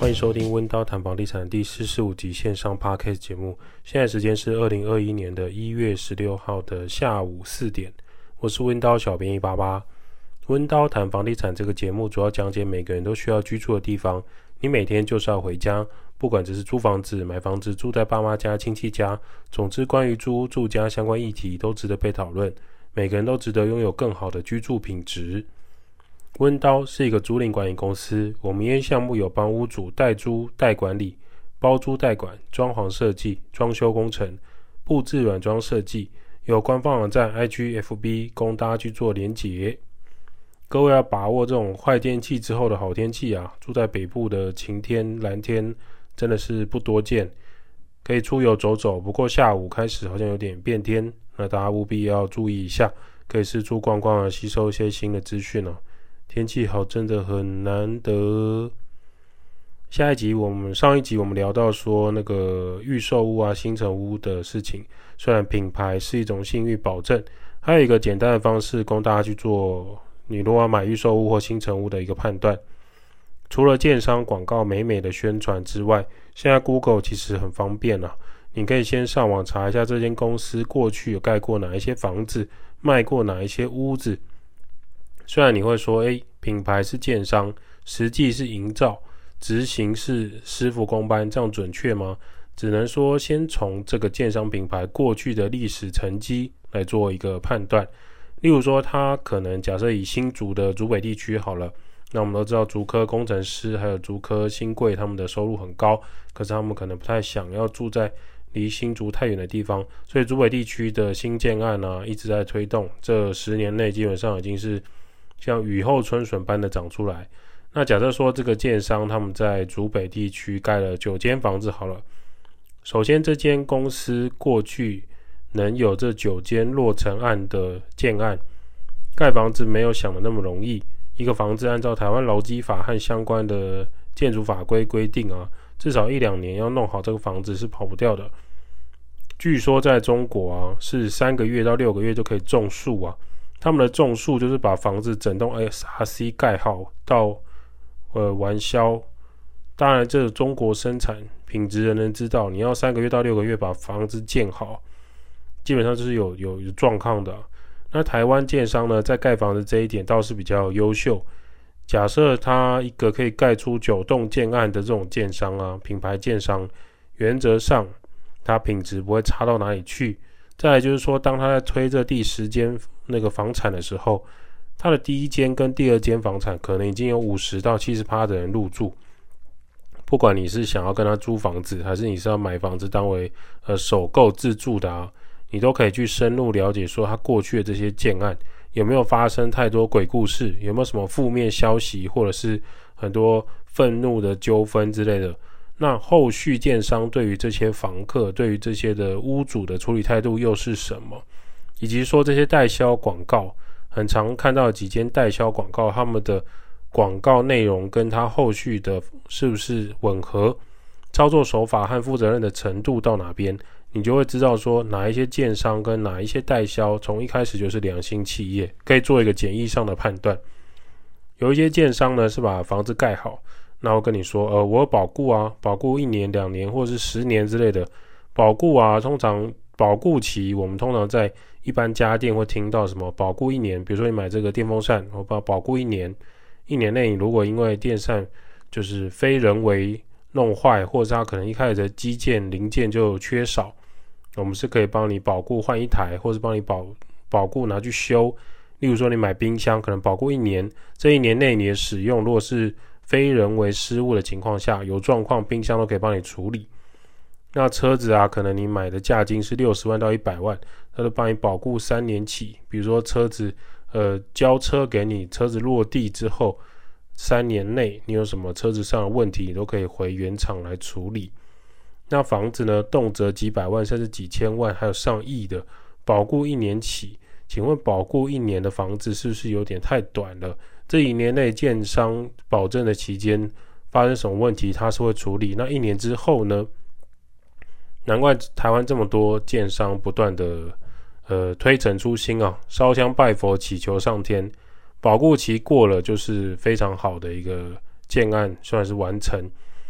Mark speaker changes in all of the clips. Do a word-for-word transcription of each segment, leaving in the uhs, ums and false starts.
Speaker 1: 欢迎收听温刀谈房地产第四十五集线上 Podcast 节目。现在时间是二零二一年的一月十六号的下午四点。我是温刀小编一八八。温刀谈房地产这个节目主要讲解每个人都需要居住的地方。你每天就是要回家，不管只是租房子、买房子、住在爸妈家、亲戚家，总之关于租屋住家相关议题都值得被讨论。每个人都值得拥有更好的居住品质。温刀是一个租赁管理公司，我们营业项目有帮屋主代租、代管理、包租代管、装潢设计、装修工程、布置软装设计，有官方网站 I G F B 供大家去做连结。各位要把握这种坏天气之后的好天气啊！住在北部的晴天、蓝天真的是不多见，可以出游走走。不过下午开始好像有点变天，那大家务必要注意一下，可以四处逛逛啊，吸收一些新的资讯哦。天气好真的很难得。下一集我们上一集我们聊到说那个预售屋啊、新成屋的事情，虽然品牌是一种信誉保证，还有一个简单的方式供大家去做。你如果要买预售屋或新成屋的一个判断，除了建商广告美美的宣传之外，现在 Google 其实很方便啊。你可以先上网查一下这间公司过去有盖过哪一些房子，卖过哪一些屋子。虽然你会说，诶，品牌是建商，实际是营造，执行是师傅工班，这样准确吗？只能说先从这个建商品牌过去的历史成绩来做一个判断。例如说，他可能假设以新竹的竹北地区好了，那我们都知道竹科工程师还有竹科新贵他们的收入很高，可是他们可能不太想要住在离新竹太远的地方，所以竹北地区的新建案啊一直在推动，这十年内基本上已经是像雨后春笋般的长出来。那假设说这个建商他们在竹北地区盖了九间房子好了，首先这间公司过去能有这九间落成案的建案，盖房子没有想的那么容易。一个房子按照台湾劳基法和相关的建筑法规规定啊，至少一两年要弄好这个房子是跑不掉的。据说在中国啊，是三个月到六个月就可以种树啊。他们的种树就是把房子整栋 S R C 盖好到呃完销。当然，这中国生产品质人人知道，你要三个月到六个月把房子建好，基本上就是有有有状况的啊。那台湾建商呢，在盖房子这一点倒是比较优秀。假设他一个可以盖出九栋建案的这种建商啊，品牌建商，原则上它品质不会差到哪里去。再来就是说，当他在推这第十间那个房产的时候，他的第一间跟第二间房产可能已经有 百分之五十到百分之七十 的人入住。不管你是想要跟他租房子，还是你是要买房子当为呃首购自住的啊，你都可以去深入了解说他过去的这些建案有没有发生太多鬼故事，有没有什么负面消息，或者是很多愤怒的纠纷之类的。那后续建商对于这些房客，对于这些的屋主的处理态度又是什么？以及说这些代销广告，很常看到几间代销广告，他们的广告内容跟他后续的是不是吻合，操作手法和负责任的程度到哪边，你就会知道说哪一些建商跟哪一些代销从一开始就是良心企业，可以做一个简易上的判断。有一些建商呢是把房子盖好，那我跟你说，呃，我有保固啊，保固一年、两年或是十年之类的。保固啊，通常保固期，我们通常在一般家电会听到什么保固一年，比如说你买这个电风扇，我把保固一年，一年内你如果因为电扇就是非人为弄坏，或者是它可能一开始的基建零件就缺少，我们是可以帮你保固换一台，或是帮你保保固拿去修。例如说你买冰箱，可能保固一年，这一年内你的使用如果是非人为失误的情况下，有状况冰箱都可以帮你处理。那车子啊，可能你买的价金是六十万到一百万，它都帮你保固三年起。比如说车子呃交车给你，车子落地之后三年内你有什么车子上的问题，你都可以回原厂来处理。那房子呢，动辄几百万甚至几千万还有上亿的，保固一年起，请问保固一年的房子是不是有点太短了？这一年内建商保证的期间发生什么问题他是会处理，那一年之后呢？难怪台湾这么多建商不断的呃推陈出新啊，烧香拜佛祈求上天，保固期过了就是非常好的一个建案算是完成。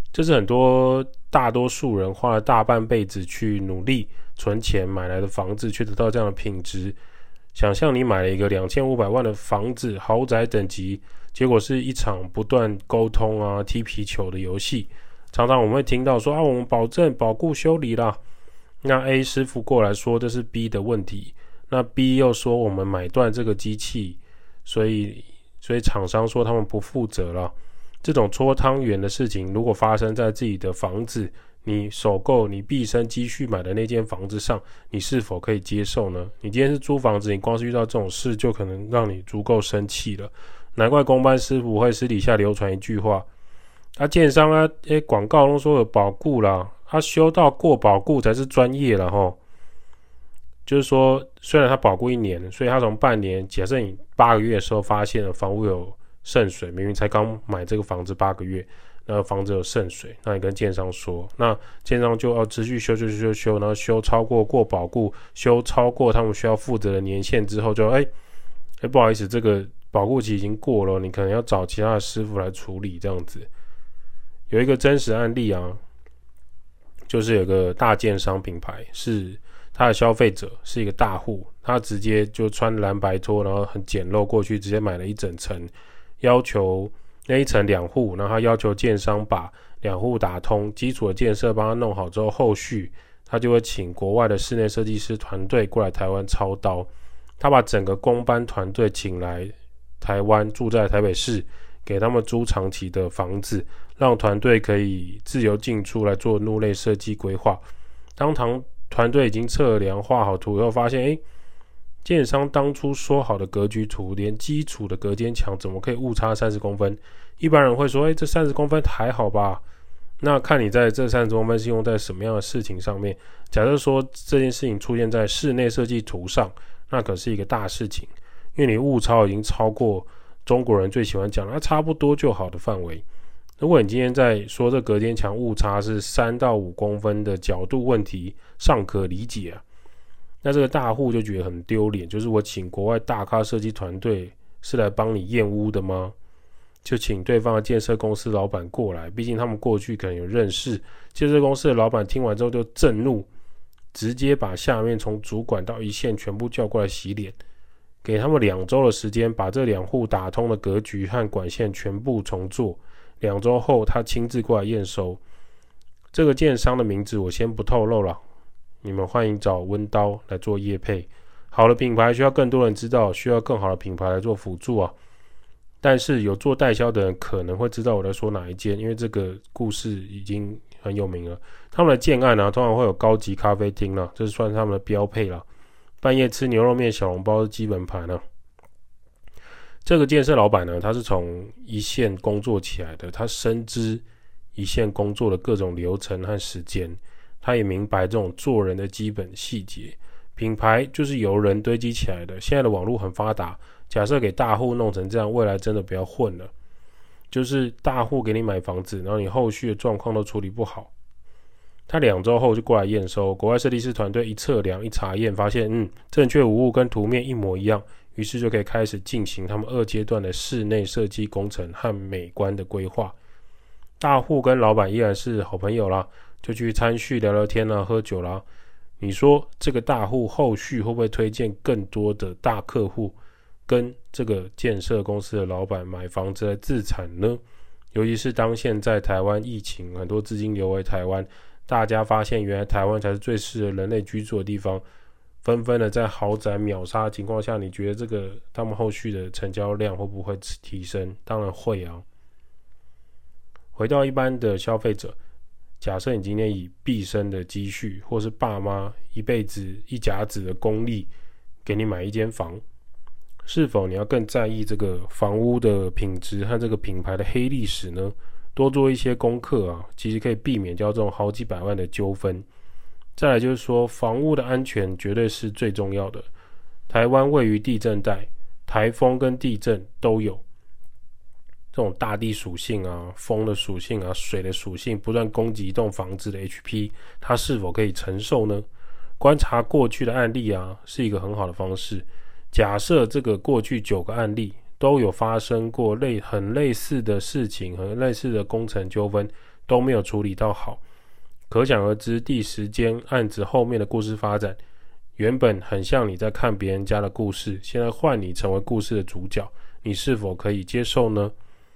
Speaker 1: 这是很多大多数人花了大半辈子去努力存钱买来的房子，却得到这样的品质。想象你买了一个两千五百万的房子，豪宅等级，结果是一场不断沟通啊、踢皮球的游戏。常常我们会听到说啊，我们保证保固修理啦，那 A 师傅过来说这是 B 的问题，那 B 又说我们买断这个机器，所以所以厂商说他们不负责了。这种搓汤圆的事情，如果发生在自己的房子，你首购你毕生积蓄买的那间房子上，你是否可以接受呢？你今天是租房子，你光是遇到这种事就可能让你足够生气了。难怪公班师傅会私底下流传一句话，啊建商啊诶广告都说有保固啦，他、啊、修到过保固才是专业啦齁。就是说虽然他保固一年，所以他从半年，假设你八个月的时候发现了房屋有渗水，明明才刚买这个房子八个月，那房子有渗水，那你跟建商说，那建商就要持续修修修修，然后修超过过保固，修超过他们需要负责的年限之后就，就哎哎不好意思，这个保固期已经过了，你可能要找其他的师傅来处理这样子。有一个真实案例啊，就是有个大建商品牌，是他的消费者是一个大户，他直接就穿蓝白拖，然后很简陋过去，直接买了一整层，要求那一层两户，然后他要求建商把两户打通，基础的建设帮他弄好之后，后续他就会请国外的室内设计师团队过来台湾操刀。他把整个工班团队请来台湾，住在台北市，给他们租长期的房子，让团队可以自由进出来做怒类设计规划。当堂团队已经测量画好图以后，发现诶建商当初说好的格局图，连基础的隔间墙怎么可以误差三十公分？一般人会说，诶这三十公分还好吧？那看你在这三十公分是用在什么样的事情上面。假设说这件事情出现在室内设计图上，那可是一个大事情，因为你误差已经超过中国人最喜欢讲的、啊、差不多就好的范围。如果你今天在说这隔间墙误差是三到五公分的角度问题，尚可理解啊。那这个大户就觉得很丢脸，就是我请国外大咖设计团队是来帮你验屋的吗？就请对方的建设公司老板过来，毕竟他们过去可能有认识。建设公司的老板听完之后就震怒，直接把下面从主管到一线全部叫过来洗脸，给他们两周的时间把这两户打通的格局和管线全部重做。两周后他亲自过来验收。这个建商的名字我先不透露了，你们欢迎找温刀来做业配。好的品牌需要更多人知道，需要更好的品牌来做辅助啊。但是有做代销的人可能会知道我在说哪一间，因为这个故事已经很有名了。他们的建案啊，通常会有高级咖啡厅啦，这是算他们的标配啦。半夜吃牛肉面、小笼包是基本盘啊。这个建设老板呢，他是从一线工作起来的，他深知一线工作的各种流程和时间，他也明白这种做人的基本细节。品牌就是由人堆积起来的，现在的网络很发达，假设给大户弄成这样，未来真的不要混了。就是大户给你买房子，然后你后续的状况都处理不好，他两周后就过来验收，国外设计师团队一测量一查验，发现嗯正确无误，跟图面一模一样，于是就可以开始进行他们二阶段的室内设计工程和美观的规划。大户跟老板依然是好朋友啦，就去餐叙聊聊天啦，喝酒啦。你说这个大户后续会不会推荐更多的大客户跟这个建设公司的老板买房子来自产呢？尤其是当现在台湾疫情，很多资金流回台湾，大家发现原来台湾才是最适合人类居住的地方，纷纷的在豪宅秒杀的情况下，你觉得这个他们后续的成交量会不会提升？当然会啊。回到一般的消费者，假设你今天以毕生的积蓄，或是爸妈一辈子一甲子的功力给你买一间房，是否你要更在意这个房屋的品质和这个品牌的黑历史呢？多做一些功课啊，其实可以避免掉这种好几百万的纠纷。再来就是说，房屋的安全绝对是最重要的。台湾位于地震带，台风跟地震都有。这种大地属性啊、风的属性啊、水的属性不断攻击一栋房子的 H P， 它是否可以承受呢？观察过去的案例啊，是一个很好的方式。假设这个过去九个案例都有发生过类很类似的事情和类似的工程纠纷， 都没有处理到好，可想而知第十间案子后面的故事发展，原本很像你在看别人家的故事，现在换你成为故事的主角，你是否可以接受呢？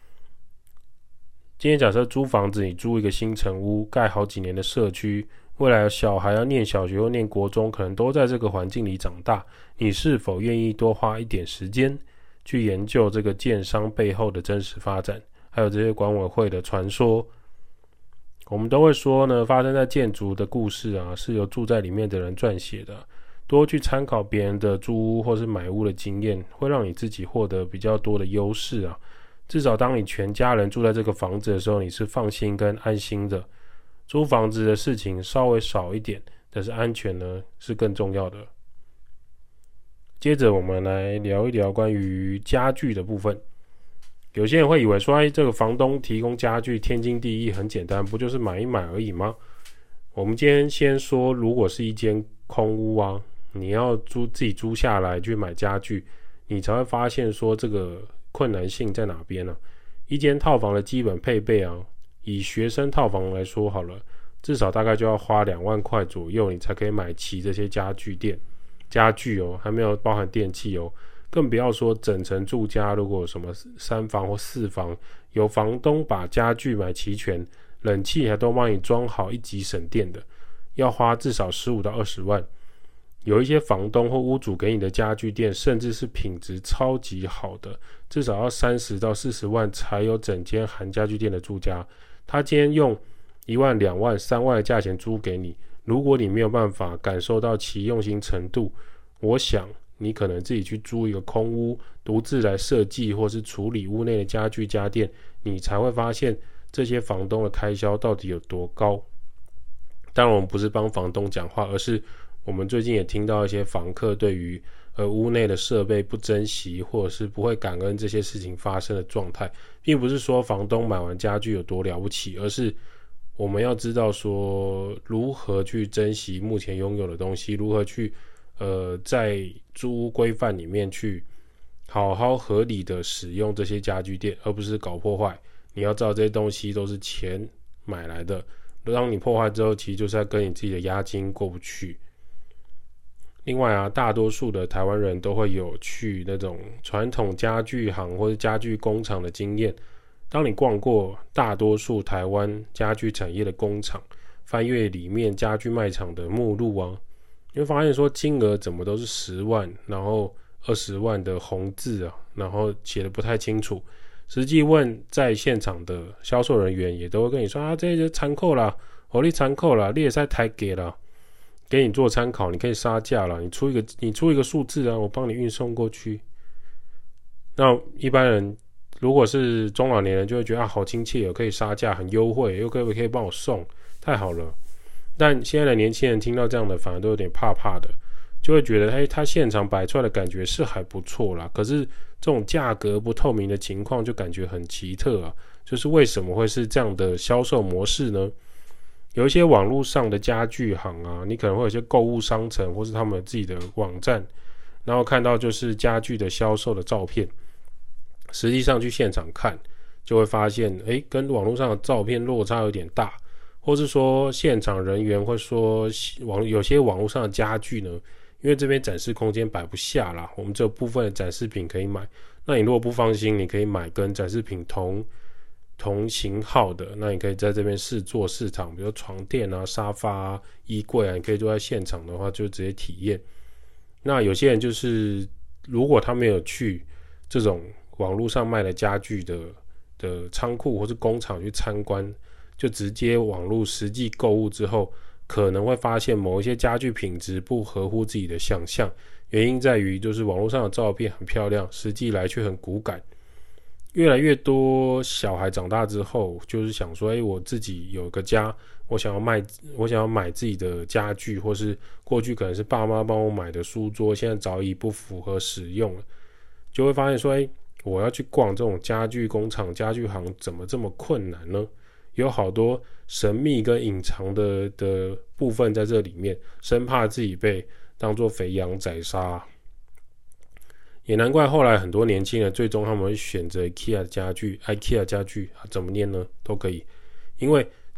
Speaker 1: 今天假设租房子，你租一个新成屋，盖好几年的社区，未来小孩要念小学或念国中，可能都在这个环境里长大，你是否愿意多花一点时间去研究这个建商背后的真实发展，还有这些管委会的传说？我们都会说呢，发生在建筑的故事啊，是由住在里面的人撰写的，多去参考别人的租屋或是买屋的经验，会让你自己获得比较多的优势啊。至少当你全家人住在这个房子的时候，你是放心跟安心的。租房子的事情稍微少一点，但是安全呢是更重要的。接着我们来聊一聊关于家具的部分。有些人会以为说，哎，这个房东提供家具天经地义，很简单，不就是买一买而已吗？我们今天先说，如果是一间空屋啊，你要租自己租下来去买家具，你才会发现说这个困难性在哪边呢、啊？一间套房的基本配备啊，以学生套房来说好了，至少大概就要花两万块左右，你才可以买齐这些家具店家具哦，还没有包含电器哦，更不要说整层住家，如果有什么三房或四房，有房东把家具买齐全，冷气还都帮你装好，一级省电的，要花至少十五到二十万。有一些房东或屋主给你的家具店，甚至是品质超级好的，至少要三十到四十万才有整间含家具店的住家。他今天用一万、两万、三万的价钱租给你，如果你没有办法感受到其用心程度，我想你可能自己去租一个空屋，独自来设计或是处理屋内的家具家电，你才会发现这些房东的开销到底有多高。当然我们不是帮房东讲话，而是我们最近也听到一些房客对于呃屋内的设备不珍惜，或者是不会感恩这些事情发生的状态，并不是说房东买完家具有多了不起，而是我们要知道说如何去珍惜目前拥有的东西，如何去呃在租屋规范里面去好好合理的使用这些家具店，而不是搞破坏。你要知道这些东西都是钱买来的，当你破坏之后，其实就是要跟你自己的押金过不去。另外啊，大多数的台湾人都会有去那种传统家具行或者家具工厂的经验。当你逛过大多数台湾家具产业的工厂，翻阅里面家具卖场的目录啊，你会发现说金额怎么都是十万，然后二十万的红字啊，然后写的不太清楚。实际问在现场的销售人员也都会跟你说啊，这些参考啦，我你参考啦，你也在台给啦。给你做参考，你可以杀价啦，你出一个你出一个数字啊，我帮你运送过去。那一般人如果是中老年人就会觉得啊，好亲切，可以杀价，很优惠，又可以可以帮我送，太好了。但现在的年轻人听到这样的反而都有点怕怕的，就会觉得哎，他现场摆出来的感觉是还不错啦，可是这种价格不透明的情况就感觉很奇特啊，就是为什么会是这样的销售模式呢？有一些网络上的家具行啊，你可能会有一些购物商城或是他们自己的网站，然后看到就是家具的销售的照片，实际上去现场看就会发现诶，跟网络上的照片落差有点大，或是说现场人员会说网有些网络上的家具呢，因为这边展示空间摆不下啦，我们只有部分的展示品可以买，那你如果不放心，你可以买跟展示品同同型号的，那你可以在这边试坐试躺，比如床垫啊、沙发啊、衣柜啊，你可以坐在现场的话就直接体验。那有些人就是如果他没有去这种网络上卖的家具的的仓库或是工厂去参观，就直接网络实际购物之后，可能会发现某一些家具品质不合乎自己的想象，原因在于就是网络上的照片很漂亮，实际来却很骨感。越来越多小孩长大之后，就是想说，哎，我自己有个家，我想要卖，我想要买自己的家具，或是过去可能是爸妈帮我买的书桌，现在早已不符合使用了，就会发现说，哎，我要去逛这种家具工厂、家具行，怎么这么困难呢？有好多神秘跟隐藏的的部分在这里面，生怕自己被当作肥羊宰杀。也难怪后来很多年轻人最终他们会选择 IKEA 的家具 IKEA 家具怎么念呢？都可以，因为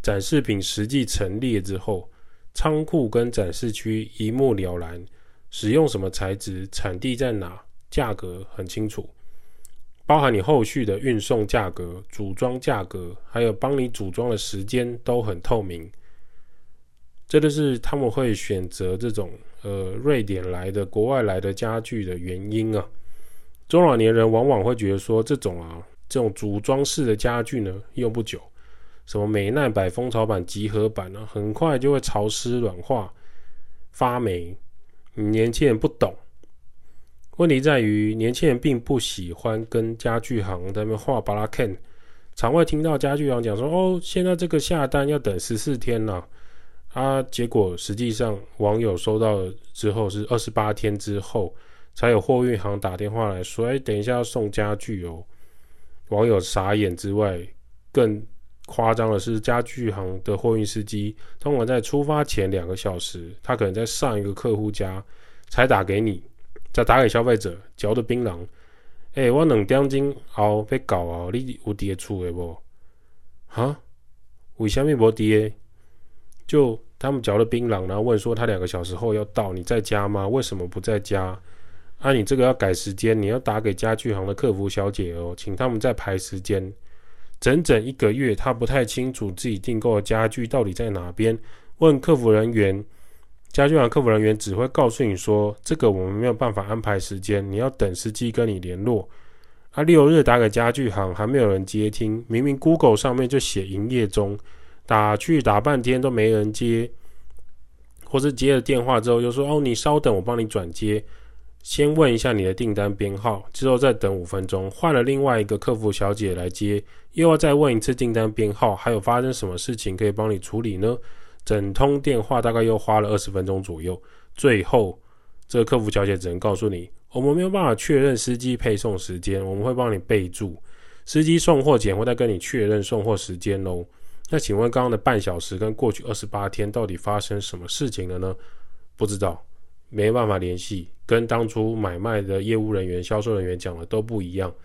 Speaker 1: 展示品实际陈列之后，仓库跟展示区一目了然，使用什么材质，产地在哪，价格很清楚，包含你后续的运送价格、组装价格，还有帮你组装的时间都很透明。这就是他们会选择这种呃瑞典来的、国外来的家具的原因啊。中老年人往往会觉得说，这种啊这种组装式的家具呢用不久，什么美耐板、蜂巢板、集合板啊，很快就会潮湿软化、发霉。年轻人不懂，问题在于年轻人并不喜欢跟家具行在那边画巴拉 Ken， 常会听到家具行讲说，哦，现在这个下单要等十四天了。啊，结果实际上网友收到之后是二十八天之后，才有货运行打电话来说，哎，等一下要送家具哦。网友傻眼之外，更夸张的是，家具行的货运司机通常在出发前两个小时，他可能在上一个客户家才打给你，再打给消费者，嚼的槟榔。哎，我两点钟后要到啊，你有伫厝的无？哈？为什么无伫？就他们嚼了槟榔，然后问说他两个小时后要到，你在家吗？为什么不在家？啊，你这个要改时间，你要打给家具行的客服小姐哦，请他们再排时间。整整一个月，他不太清楚自己订购的家具到底在哪边。问客服人员，家具行客服人员只会告诉你说，这个我们没有办法安排时间，你要等司机跟你联络。啊，六日打给家具行，还没有人接听，明明 Google 上面就写营业中。打去打半天都没人接，或是接了电话之后就说，哦，你稍等，我帮你转接，先问一下你的订单编号，之后再等五分钟，换了另外一个客服小姐来接，又要再问一次订单编号，还有发生什么事情可以帮你处理呢？整通电话大概又花了二十分钟左右，最后这个客服小姐只能告诉你，我们没有办法确认司机配送时间，我们会帮你备注，司机送货前会再跟你确认送货时间哦。那请问刚刚的半小时跟过去二十八天到底发生什么事情了呢？不知道，没办法联系，跟当初买卖的业务人员、销售人员讲的都不一样。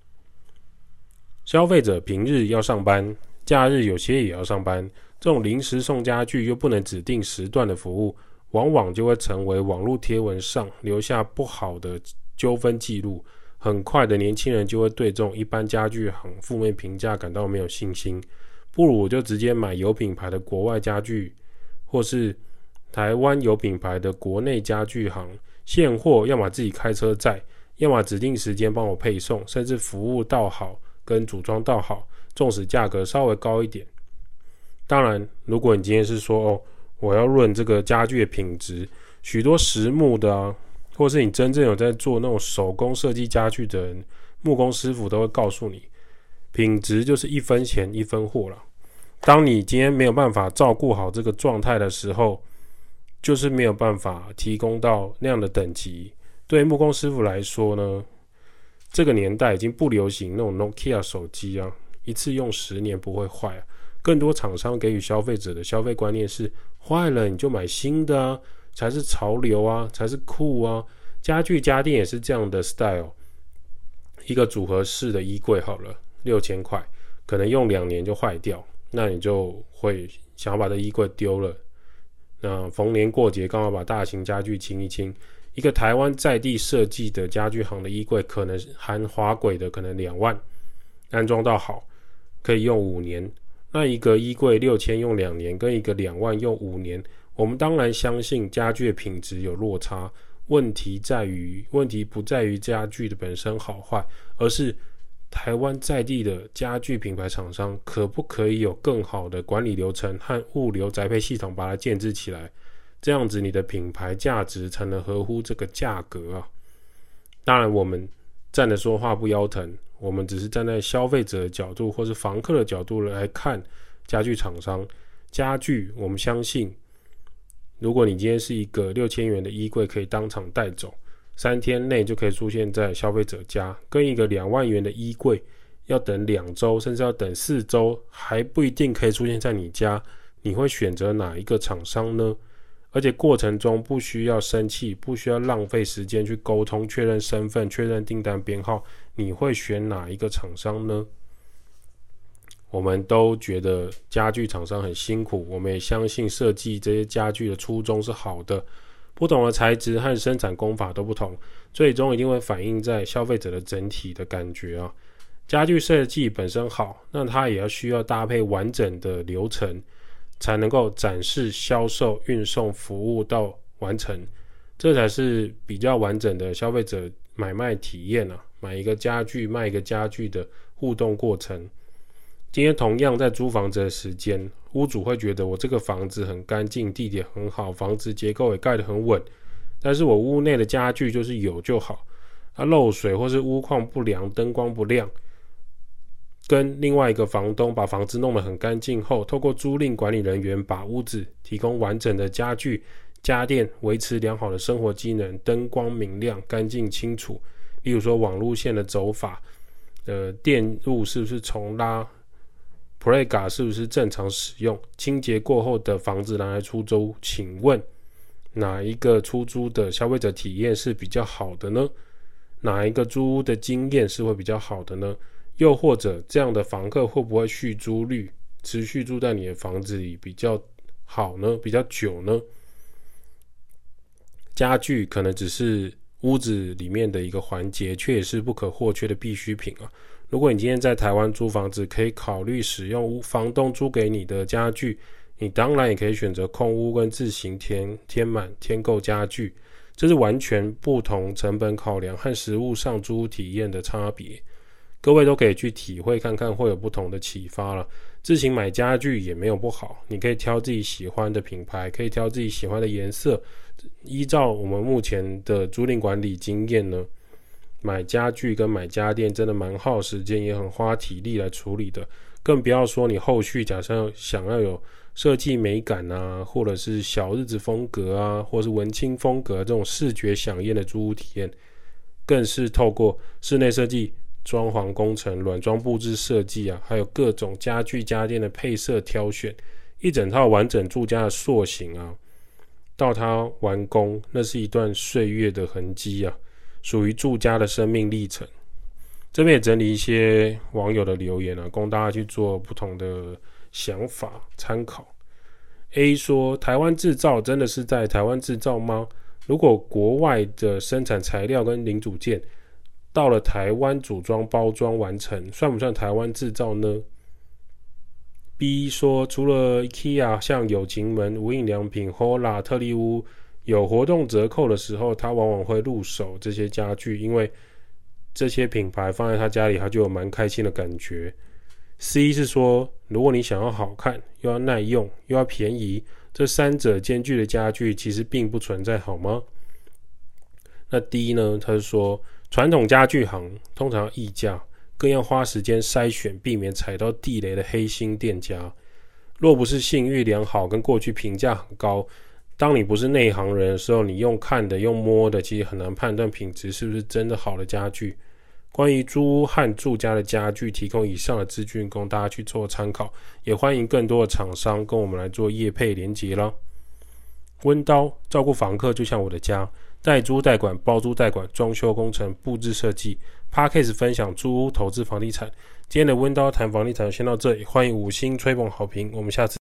Speaker 1: 消费者平日要上班，假日有些也要上班，这种临时送家具又不能指定时段的服务，往往就会成为网络贴文上留下不好的纠纷记录。很快的年轻人就会对这种一般家具行负面评价感到没有信心。不如我就直接买有品牌的国外家具，或是台湾有品牌的国内家具行，现货要么自己开车载，要么指定时间帮我配送，甚至服务到好跟组装到好，纵使价格稍微高一点。当然，如果你今天是说哦，我要论这个家具的品质，许多实木的啊，或是你真正有在做那种手工设计家具的人，木工师傅都会告诉你，品质就是一分钱一分货啦。当你今天没有办法照顾好这个状态的时候，就是没有办法提供到那样的等级。对木工师傅来说呢，这个年代已经不流行那种 Nokia 手机啊，一次用十年不会坏啊。更多厂商给予消费者的消费观念是，坏了你就买新的啊，才是潮流啊，才是酷啊。家具家电也是这样的 style。一个组合式的衣柜好了，六千块，可能用两年就坏掉。那你就会想要把这衣柜丢了。那逢年过节刚好把大型家具清一清，一个台湾在地设计的家具行的衣柜，可能含滑轨的可能两万，安装到好可以用五年。那一个衣柜六千用两年，跟一个两万用五年，我们当然相信家具的品质有落差。问题在于，问题不在于家具的本身好坏，而是台湾在地的家具品牌厂商可不可以有更好的管理流程和物流宅配系统把它建置起来，这样子你的品牌价值才能合乎这个价格啊。当然我们站着说话不腰疼，我们只是站在消费者的角度或是房客的角度来看家具厂商。家具我们相信，如果你今天是一个六千元的衣柜可以当场带走，三天内就可以出现在消费者家，跟一个两万元的衣柜要等两周甚至要等四周还不一定可以出现在你家，你会选择哪一个厂商呢？而且过程中不需要生气，不需要浪费时间去沟通确认身份确认订单编号，你会选哪一个厂商呢？ 我们都觉得家具厂商很辛苦，我们也相信设计这些家具的初衷是好的。不同的材质和生产工法都不同，最终一定会反映在消费者的整体的感觉啊。家具设计本身好，那它也要需要搭配完整的流程，才能够展示、销售、运送、服务到完成，这才是比较完整的消费者买卖体验啊。买一个家具、卖一个家具的互动过程。今天同样在租房子的时间，屋主会觉得我这个房子很干净，地点很好，房子结构也盖得很稳，但是我屋内的家具就是有就好，啊，漏水或是屋况不良、灯光不亮，跟另外一个房东把房子弄得很干净后，透过租赁管理人员把屋子提供完整的家具、家电，维持良好的生活机能，灯光明亮、干净清楚。例如说网路线的走法，呃，电路是不是重拉， Prega 是不是正常使用，清洁过后的房子拿来出租，请问哪一个出租的消费者体验是比较好的呢？哪一个租屋的经验是会比较好的呢？又或者这样的房客会不会续租率持续住在你的房子里比较好呢？比较久呢？家具可能只是屋子里面的一个环节，却也是不可或缺的必需品啊。如果你今天在台湾租房子，可以考虑使用房东租给你的家具，你当然也可以选择空屋跟自行填填满添购家具，这是完全不同成本考量和实务上租屋体验的差别。各位都可以去体会看看，会有不同的启发了。自行买家具也没有不好，你可以挑自己喜欢的品牌，可以挑自己喜欢的颜色。依照我们目前的租赁管理经验呢，买家具跟买家电真的蛮耗时间，也很花体力来处理的。更不要说你后续假设想要有设计美感啊，或者是小日子风格啊，或是文青风格这种视觉响艳的租屋体验，更是透过室内设计、装潢工程、软装布置设计啊，还有各种家具家电的配色挑选，一整套完整住家的塑形啊，到它完工，那是一段岁月的痕迹啊，属于住家的生命历程。这边也整理一些网友的留言啊，供大家去做不同的想法参考。A 说，台湾制造真的是在台湾制造吗？如果国外的生产材料跟零组件到了台湾组装包装完成，算不算台湾制造呢？ B 说，除了 IKEA 像有情门、无印良品、Hola、特力屋有活动折扣的时候，他往往会入手这些家具，因为这些品牌放在他家里，他就有蛮开心的感觉。C 是说，如果你想要好看，又要耐用，又要便宜，这三者兼具的家具其实并不存在，好吗？那 D 呢？他是说，传统家具行通常要议价，更要花时间筛选，避免踩到地雷的黑心店家。若不是信誉良好，跟过去评价很高，当你不是内行人的时候，你用看的、用摸的，其实很难判断品质是不是真的好的家具。关于租屋和住家的家具，提供以上的资讯供大家去做参考，也欢迎更多的厂商跟我们来做业配连结啦。温刀照顾房客就像我的家，代租代管、包租代管、装修工程、布置设计 Podcast 分享租屋投资房地产。今天的温刀谈房地产先到这里，欢迎五星吹捧好评，我们下次